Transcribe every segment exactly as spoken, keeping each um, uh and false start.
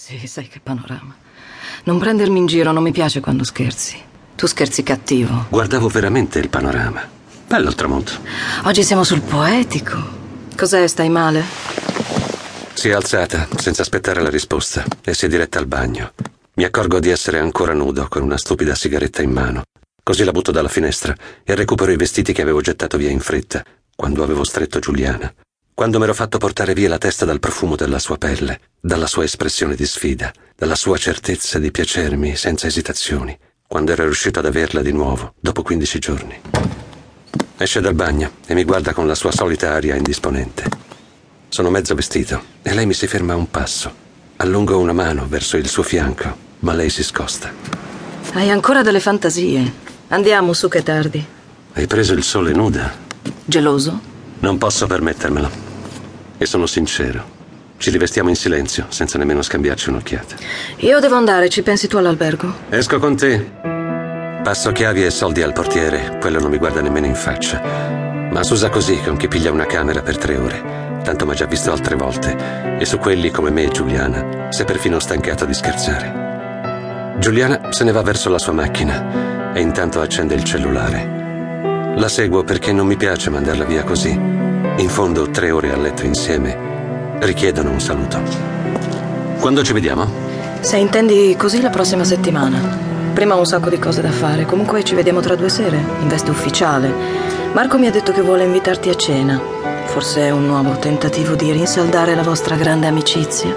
Sì, sai che panorama. Non prendermi in giro, non mi piace quando scherzi. Tu scherzi cattivo. Guardavo veramente il panorama. Bello il tramonto. Oggi siamo sul poetico. Cos'è, stai male? Si è alzata, senza aspettare la risposta, e si è diretta al bagno. Mi accorgo di essere ancora nudo, con una stupida sigaretta in mano. Così la butto dalla finestra e recupero i vestiti che avevo gettato via in fretta, quando avevo stretto Giuliana. Quando m'ero fatto portare via la testa dal profumo della sua pelle, dalla sua espressione di sfida, dalla sua certezza di piacermi senza esitazioni, quando ero riuscito ad averla di nuovo, dopo quindici giorni. Esce dal bagno e mi guarda con la sua solita aria indisponente. Sono mezzo vestito e lei mi si ferma a un passo. Allungo una mano verso il suo fianco, ma lei si scosta. Hai ancora delle fantasie. Andiamo, su che è tardi. Hai preso il sole nuda? Geloso? Non posso permettermelo. E sono sincero. Ci rivestiamo in silenzio, senza nemmeno scambiarci un'occhiata. Io devo andare, ci pensi tu all'albergo? Esco con te. Passo chiavi e soldi al portiere, quello non mi guarda nemmeno in faccia. Ma s'usa così con chi piglia una camera per tre ore. Tanto m'ha già visto altre volte. E su quelli come me e Giuliana si è perfino stancato di scherzare. Giuliana se ne va verso la sua macchina e intanto accende il cellulare. La seguo perché non mi piace mandarla via così. In fondo tre ore a letto insieme richiedono un saluto. Quando ci vediamo? Se intendi così, la prossima settimana. Prima ho un sacco di cose da fare. Comunque ci vediamo tra due sere, in veste ufficiale. Marco mi ha detto che vuole invitarti a cena. Forse è un nuovo tentativo di rinsaldare la vostra grande amicizia.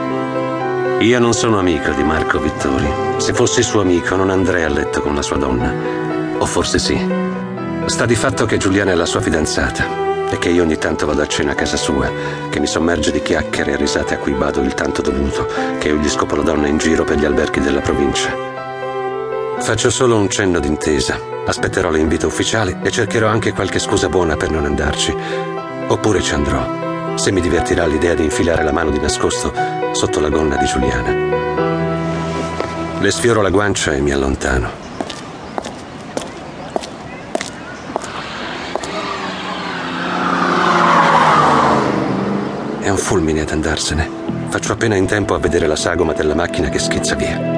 Io non sono amico di Marco Vittori. Se fossi suo amico non andrei a letto con la sua donna. O forse sì. Sta di fatto che Giuliana è la sua fidanzata e che io ogni tanto vado a cena a casa sua, che mi sommerge di chiacchiere e risate a cui bado il tanto dovuto, che io gli scopo la donna in giro per gli alberghi della provincia. Faccio solo un cenno d'intesa. Aspetterò l'invito ufficiale e cercherò anche qualche scusa buona per non andarci. Oppure ci andrò, se mi divertirà l'idea di infilare la mano di nascosto sotto la gonna di Giuliana. Le sfioro la guancia e mi allontano. È un fulmine ad andarsene. Faccio appena in tempo a vedere la sagoma della macchina che schizza via.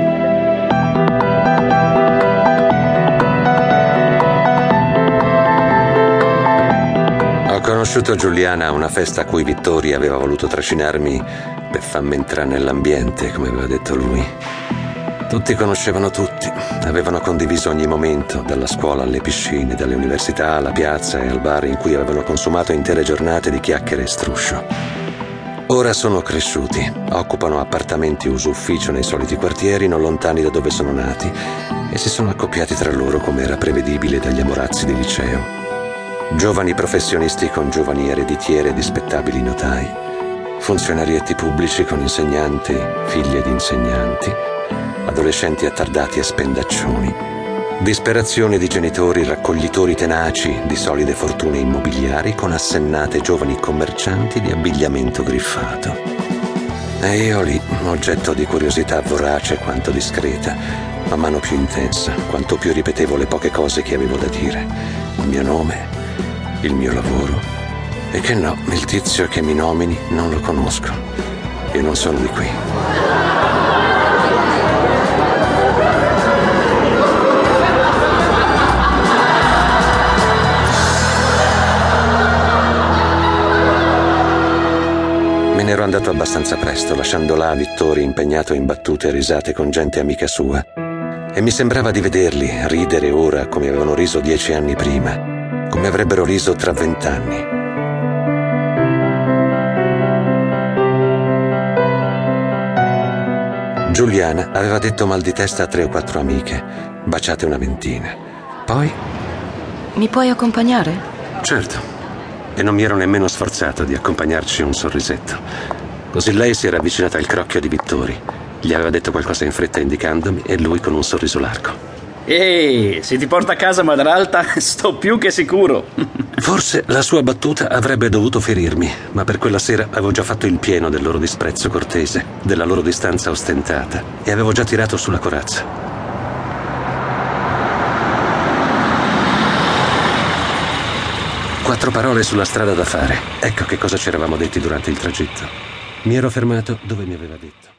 Ho conosciuto Giuliana a una festa a cui Vittori aveva voluto trascinarmi per farmi entrare nell'ambiente, come aveva detto lui. Tutti conoscevano tutti, avevano condiviso ogni momento, dalla scuola alle piscine, dalle università alla piazza e al bar in cui avevano consumato intere giornate di chiacchiere e struscio. Ora sono cresciuti, occupano appartamenti uso ufficio nei soliti quartieri non lontani da dove sono nati e si sono accoppiati tra loro come era prevedibile dagli amorazzi di liceo. Giovani professionisti con giovani ereditiere di spettabili notai, funzionarietti pubblici con insegnanti, figlie di insegnanti, adolescenti attardati e spendaccioni, disperazione di genitori raccoglitori tenaci di solide fortune immobiliari con assennate giovani commercianti di abbigliamento griffato. E io lì, oggetto di curiosità vorace quanto discreta, man mano più intensa, quanto più ripetevo le poche cose che avevo da dire, il mio nome, il mio lavoro, e che no, il tizio che mi nomini non lo conosco. Io non sono di qui. Me ne ero andato abbastanza presto, lasciando là Vittori impegnato in battute e risate con gente amica sua. E mi sembrava di vederli ridere ora come avevano riso dieci anni prima, come avrebbero riso tra vent'anni. Giuliana aveva detto mal di testa a tre o quattro amiche, baciate una ventina. Poi... Mi puoi accompagnare? Certo. E non mi ero nemmeno sforzato di accompagnarci un sorrisetto. Così lei si era avvicinata al crocchio di Vittori. Gli aveva detto qualcosa in fretta indicandomi e lui con un sorriso largo. Ehi, se ti porta a casa Madralta, sto più che sicuro. Forse la sua battuta avrebbe dovuto ferirmi, ma per quella sera avevo già fatto il pieno del loro disprezzo cortese, della loro distanza ostentata, e avevo già tirato sulla corazza. Quattro parole sulla strada da fare. Ecco che cosa ci eravamo detti durante il tragitto. Mi ero fermato dove mi aveva detto.